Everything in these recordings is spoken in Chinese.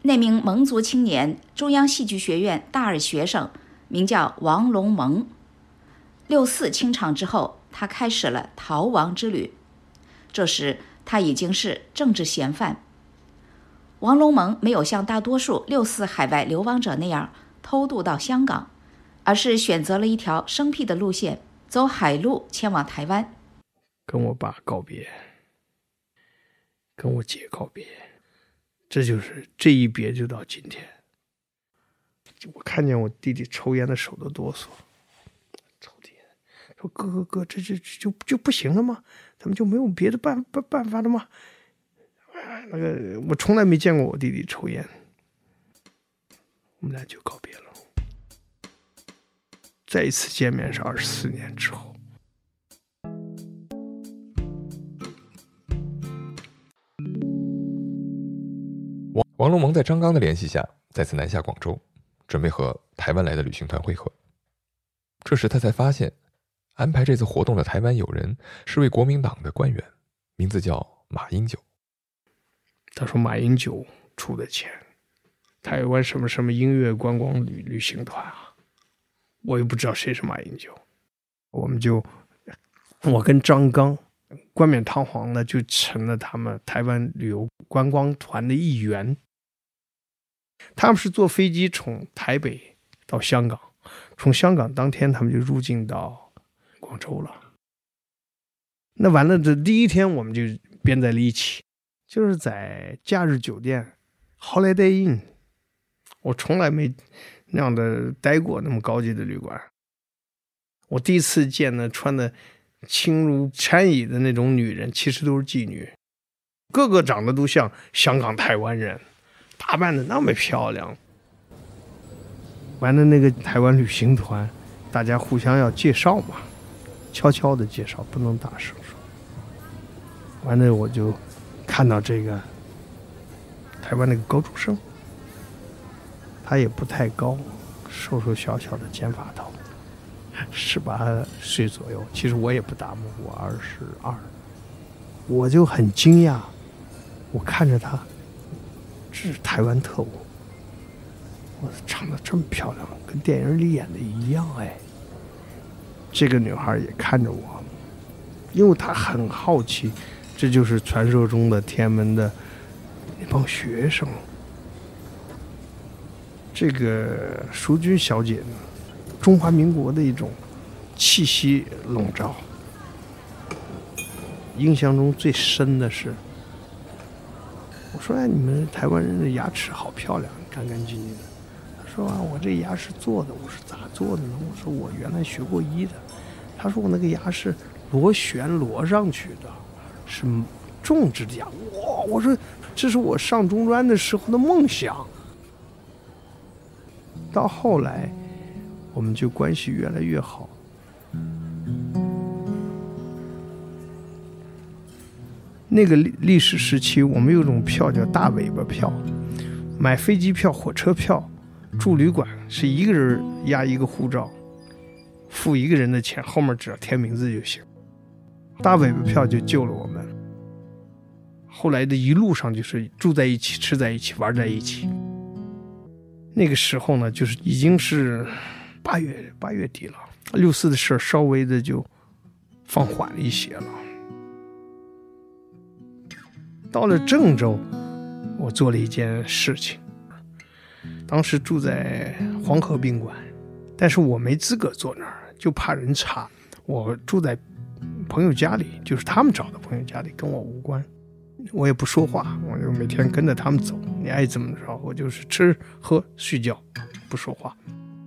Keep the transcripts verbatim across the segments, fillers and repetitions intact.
那名蒙族青年，中央戏剧学院大二学生，名叫王龙蒙。六四清场之后，他开始了逃亡之旅。这时他已经是政治嫌犯。王龙蒙没有像大多数六四海外流亡者那样偷渡到香港，而是选择了一条生僻的路线，走海路前往台湾。 跟我爸告别，跟我姐告别，这就是这一别就到今天。我看见我弟弟抽烟的手都哆嗦，抽烟说哥哥哥，这这就就不行了吗？咱们就没有别的办办办法了吗？那个我从来没见过我弟弟抽烟，我们俩就告别了。再一次见面是二十四年之后。 王王龙蒙在张刚的联系下，再次南下广州，准备和台湾来的旅行团会合。这时他才发现，安排这次活动的台湾友人是位国民党的官员，名字叫马英九。 他说马英九出的钱，台湾什么什么音乐观光旅旅行团啊，我也不知道谁是马英九。我们就我跟张刚冠冕堂皇的就成了他们台湾旅游观光团的一员。他们是坐飞机从台北到香港，从香港当天他们就入境到广州了。那完了，这第一天我们就编在了一起，就是在假日酒店 Holiday Inn， 我从来没那样的待过那么高级的旅馆。我第一次见呢，穿的轻如蝉翼的那种女人，其实都是妓女，个个长得都像香港台湾人，打扮的那么漂亮。完了，那个台湾旅行团，大家互相要介绍嘛，悄悄的介绍，不能大声说。完了，我就看到这个台湾那个高中生，他也不太高，瘦瘦小小的尖发头，十八岁左右。其实我也不大嘛，我二十二。我就很惊讶，我看着他，这是台湾特务，我长得这么漂亮，跟电影里演的一样哎。这个女孩也看着我，因为她很好奇，这就是传说中的天安门的那帮学生。这个淑君小姐呢，中华民国的一种气息笼罩。印象中最深的是，我说哎，你们台湾人的牙齿好漂亮，干干净净的。他说啊，我这牙是做的。我说咋做的呢？我说我原来学过医的。他说我那个牙是螺旋螺上去的，是种植的牙。哇！我说这是我上中专的时候的梦想。到后来，我们就关系越来越好。那个历史时期，我们有种票叫大尾巴票，买飞机票、火车票、住旅馆是一个人押一个护照，付一个人的钱，后面只要填名字就行。大尾巴票就救了我们。后来的一路上就是住在一起、吃在一起、玩在一起。那个时候呢，就是已经是八月八月底了，六四的事稍微的就放缓了一些了。到了郑州，我做了一件事情。当时住在黄河宾馆，但是我没资格坐那儿，就怕人查。我住在朋友家里，就是他们找的朋友家里，跟我无关。我也不说话，我就每天跟着他们走，你爱怎么着，我就是吃喝睡觉，不说话。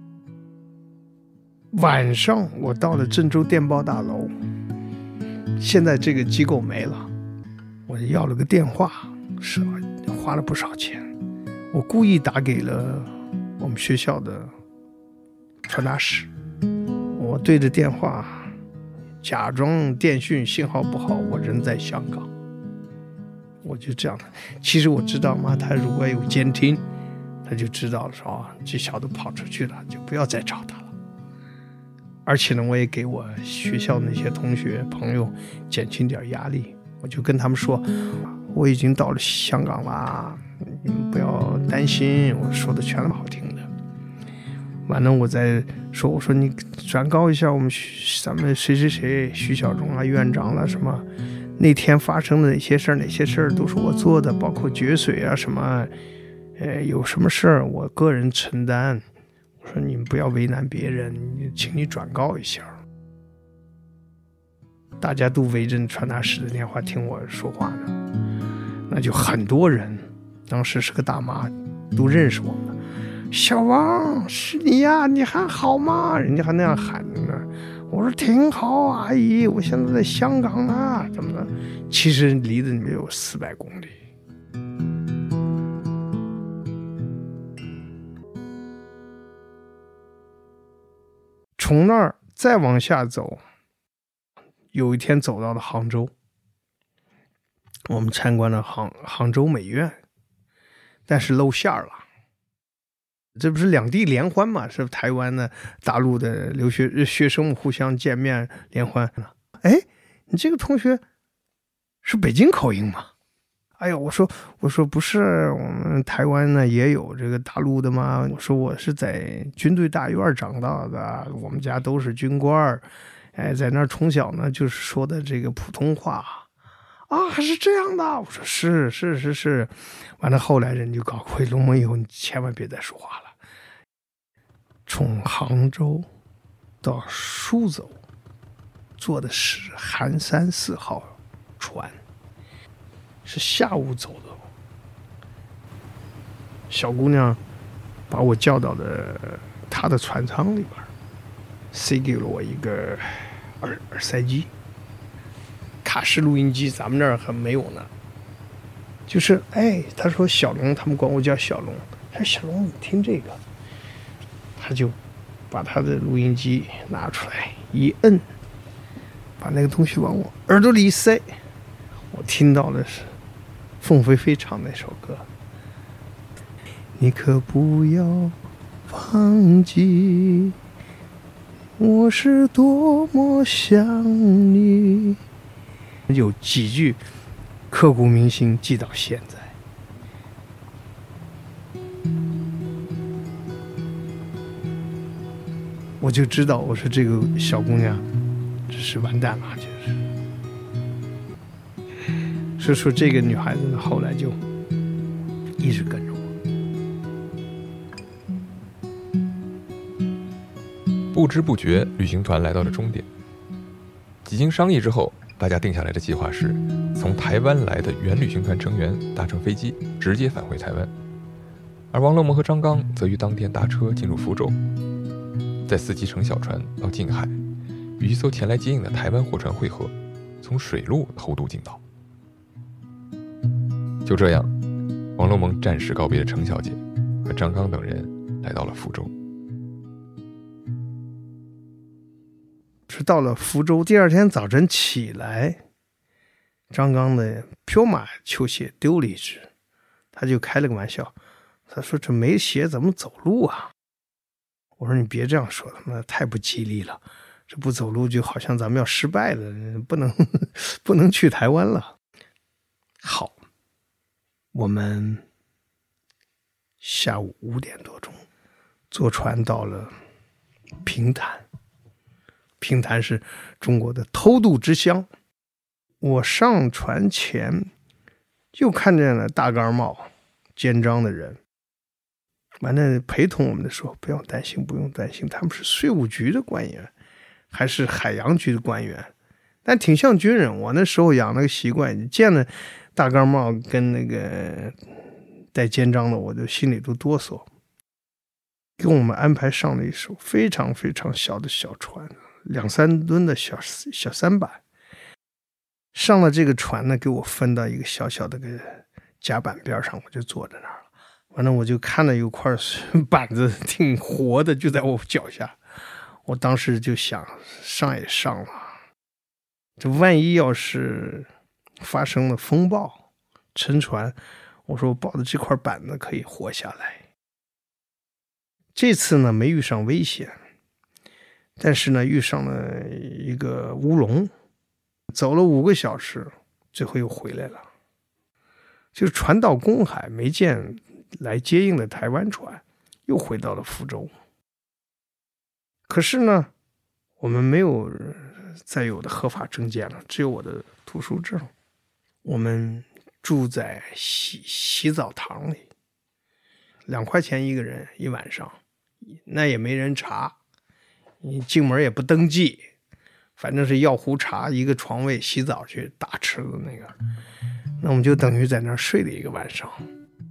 晚上我到了郑州电报大楼，现在这个机构没了，我要了个电话，是花了不少钱。我故意打给了我们学校的传达室，我对着电话假装电讯信号不好，我人在香港。我就这样的，其实我知道嘛，他如果有监听，他就知道了，说啊，这小子跑出去了，就不要再找他了。而且呢，我也给我学校那些同学朋友减轻点压力，我就跟他们说，我已经到了香港啦， 你们不要担心，我说的全那么好听的。完了，我再说，我说你转告一下我们咱们谁谁谁，徐小中啊，院长了什么，那天发生的哪些事儿，哪些事儿都是我做的，包括决水啊什么，呃，有什么事儿我个人承担。我说你们不要为难别人，请你转告一下。大家都围着传达室的电话听我说话呢，那就很多人，当时是个大妈，都认识我们。小王，是你呀，你还好吗？人家还那样喊着呢。我说挺好，阿姨，我现在在香港呢，怎么的？其实离得没有四百公里。从那儿再往下走，有一天走到了杭州，我们参观了杭杭州美院，但是露馅了。这不是两地联欢嘛？是台湾的、大陆的留学学生们互相见面联欢。哎，你这个同学是北京口音吗？哎呦，我说我说不是，我们台湾呢也有这个大陆的吗？我说我是在军队大院长大的，我们家都是军官，哎，在那儿从小呢就是说的这个普通话啊，还是这样的。我说是是是是，完了后来人就搞回龙门以后，你千万别再说话了。从杭州到苏州坐的是寒山四号船，是下午走的。小姑娘把我叫到了她的船舱里边，塞给了我一个耳耳塞机，卡式录音机咱们那儿还没有呢。就是哎，她说小龙，他们管我叫小龙，她说小龙你听这个，她就把她的录音机拿出来一摁，把那个东西往我耳朵里一塞，我听到的是凤飞飞唱那首歌，你可不要忘记我是多么想你，有几句刻骨铭心，记到现在。我就知道，我说这个小姑娘这是完蛋了，就是所以说这个女孩子呢，后来就一直跟着我。不知不觉，旅行团来到了终点。几经商议之后，大家定下来的计划是，从台湾来的原旅行团成员搭乘飞机直接返回台湾，而王乐萌和张刚则于当天搭车进入福州，在四基乘小船到近海，与一艘前来接应的台湾货船会合，从水路偷渡进岛。就这样，王乐萌暂时告别了程小姐，和张刚等人来到了福州。 是到了福州，第二天早晨起来，张刚的彪马球鞋丢了一只，他就开了个玩笑，他说这没鞋怎么走路啊？我说你别这样说，他妈太不吉利了，这不走路就好像咱们要失败了，不能不能去台湾了。好，我们下午五点多钟坐船到了平潭，平潭是中国的偷渡之乡。我上船前就看见了大盖帽肩章的人，完了陪同我们的说不用担心不用担心，他们是税务局的官员还是海洋局的官员，但挺像军人。我那时候养了个习惯，见了大盖帽跟那个带肩章的我就心里都哆嗦。给我们安排上了一艘非常非常小的小船，两三吨的小小三板。上了这个船呢，给我分到一个小小的个甲板边上，我就坐在那儿了。完了我就看到有块板子挺活的，就在我脚下。我当时就想上也上了，这万一要是发生了风暴沉船，我说我抱着这块板子可以活下来。这次呢没遇上危险，但是呢遇上了一个乌龙，走了五个小时最后又回来了。 就是船到公海没见来接应的台湾船，又回到了福州。可是呢，我们没有再有的合法证件了，只有我的图书证。我们住在洗洗澡堂里，两块钱一个人一晚上，那也没人查，你进门也不登记，反正是要壶茶一个床位，洗澡去大池子那个，那我们就等于在那儿睡了一个晚上。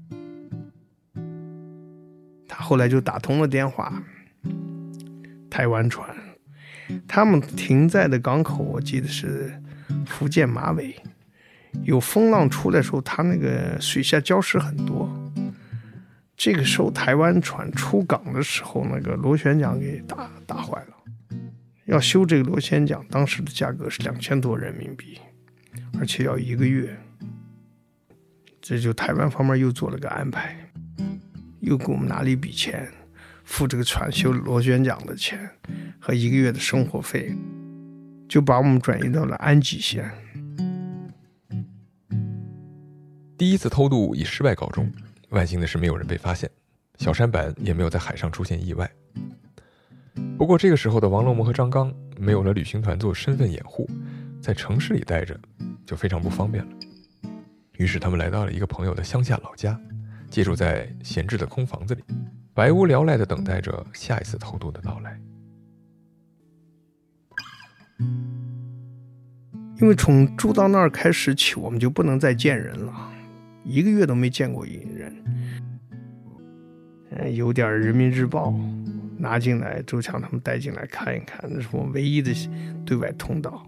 他后来就打通了电话，台湾船，他们停在的港口我记得是福建马尾，有风浪出来的时候，他那个水下礁石很多，这个时候台湾船出港的时候，那个螺旋桨给打打坏了，要修这个螺旋桨，当时的价格是两千多人民币，而且要一个月。这就台湾方面又做了个安排，又给我们拿了一笔钱，付这个船修螺旋桨的钱和一个月的生活费，就把我们转移到了安吉县。 第一次偷渡以失败告终，万幸的是没有人被发现，小舢板也没有在海上出现意外。不过这个时候的王龙蒙和张刚没有了旅行团做身份掩护，在城市里待着就非常不方便了。于是他们来到了一个朋友的乡下老家，借住在闲置的空房子里，百无聊赖地等待着下一次偷渡的到来。 因为从住到那儿开始起，我们就不能再见人了，一个月都没见过一人。嗯，有点人民日报拿进来，周强他们带进来看一看，那是我们唯一的对外通道。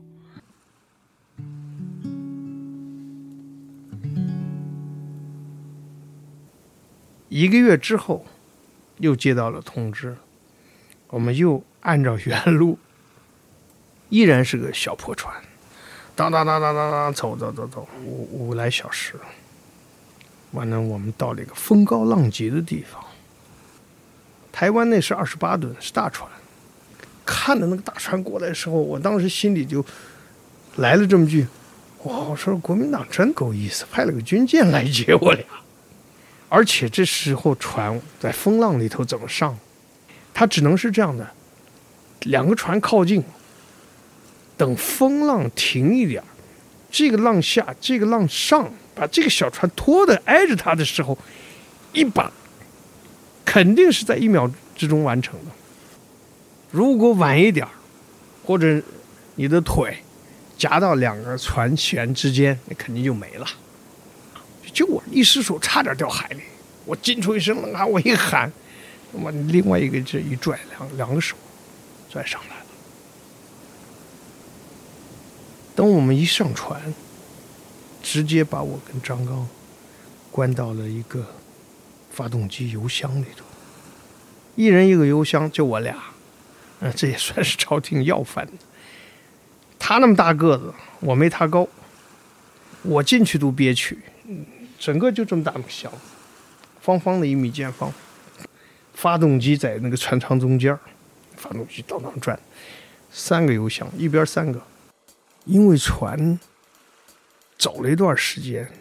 一个月之后又接到了通知，我们又按照原路，依然是个小破船，当当当当当当，走走走走，五五来小时，完了我们到了一个风高浪急的地方。台湾那是二十八吨，是大船。看着那个大船过来的时候，我当时心里就来了这么句：哇，我说国民党真够意思，派了个军舰来接我俩。而且这时候船在风浪里头怎么上？它只能是这样的，两个船靠近，等风浪停一点，这个浪下，这个浪上，把这个小船拖得挨着它的时候，一把肯定是在一秒之中完成的。如果晚一点，或者你的腿夹到两个船舷之间，那肯定就没了。就我一失手差点掉海里，我惊出一声冷汗，我一喊，我另外一个这一拽，两两个手拽上来了。等我们一上船，直接把我跟张刚关到了一个发动机油箱里头，一人一个油箱，就我俩，嗯，这也算是朝廷要饭的。他那么大个子，我没他高，我进去都憋屈。整个就这么大个箱，方方的一米见方，发动机在那个船舱中间，发动机当当转，三个油箱，一边三个。因为船走了一段时间，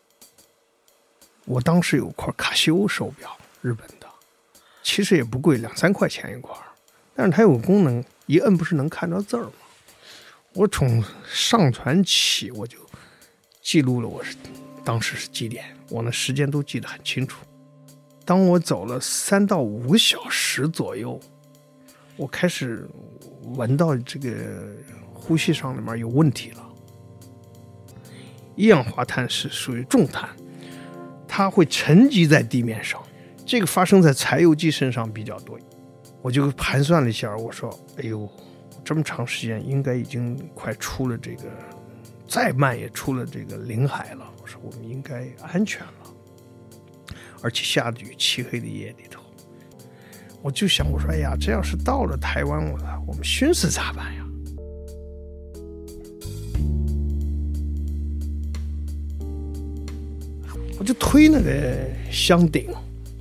我当时有块卡西欧手表，日本的，其实也不贵，两三块钱一块，但是它有个功能，一摁不是能看到字儿吗？我从上船起我就记录了我是当时是几点，我那时间都记得很清楚。当我走了三到五个小时左右，我开始闻到这个呼吸上里面有问题了。一氧化碳是属于重碳，它会沉积在地面上，这个发生在柴油机身上比较多。我就盘算了一下，我说哎呦，这么长时间应该已经快出了这个，再慢也出了这个领海了，我说我们应该安全了。而且下着雨，漆黑的夜里头，我就想，我说哎呀，这要是到了台湾，我我们寻思咋办呀？我就推那个箱顶，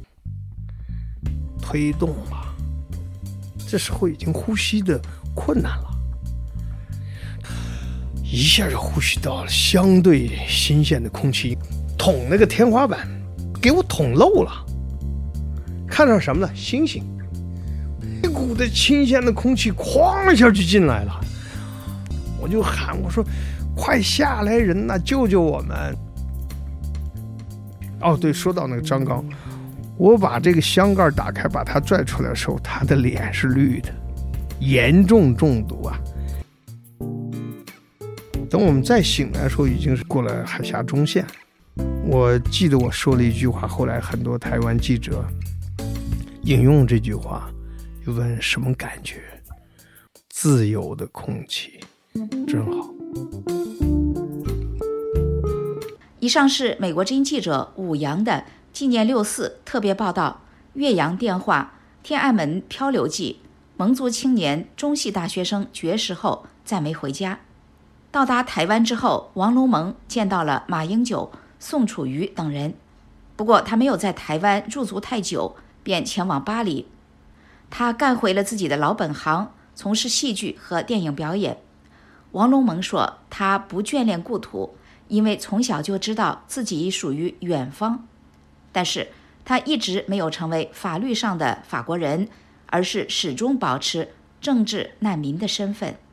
推动吧，这时候已经呼吸的困难了，一下就呼吸到了相对新鲜的空气， 捅那个天花板，给我捅漏了，看到什么呢？星星，一股的新鲜的空气哐一下就进来了，我就喊，我说快下来人呐，救救我们。哦对，说到那个张刚，我把这个箱盖打开把他拽出来的时候，他的脸是绿的，严重中毒啊。等我们再醒来的时候，已经是过了海峡中线。我记得我说了一句话，后来很多台湾记者引用这句话，就问什么感觉？自由的空气，真好。 以上是美国之音记者武阳的纪念六四特别报道：岳阳电话、天安门漂流记，蒙族青年中戏大学生绝食后再没回家。到达台湾之后，王龙蒙见到了马英九、宋楚瑜等人，不过他没有在台湾驻足太久，便前往巴黎。他干回了自己的老本行，从事戏剧和电影表演。王龙蒙说，他不眷恋故土，因为从小就知道自己属于远方，但是他一直没有成为法律上的法国人，而是始终保持政治难民的身份。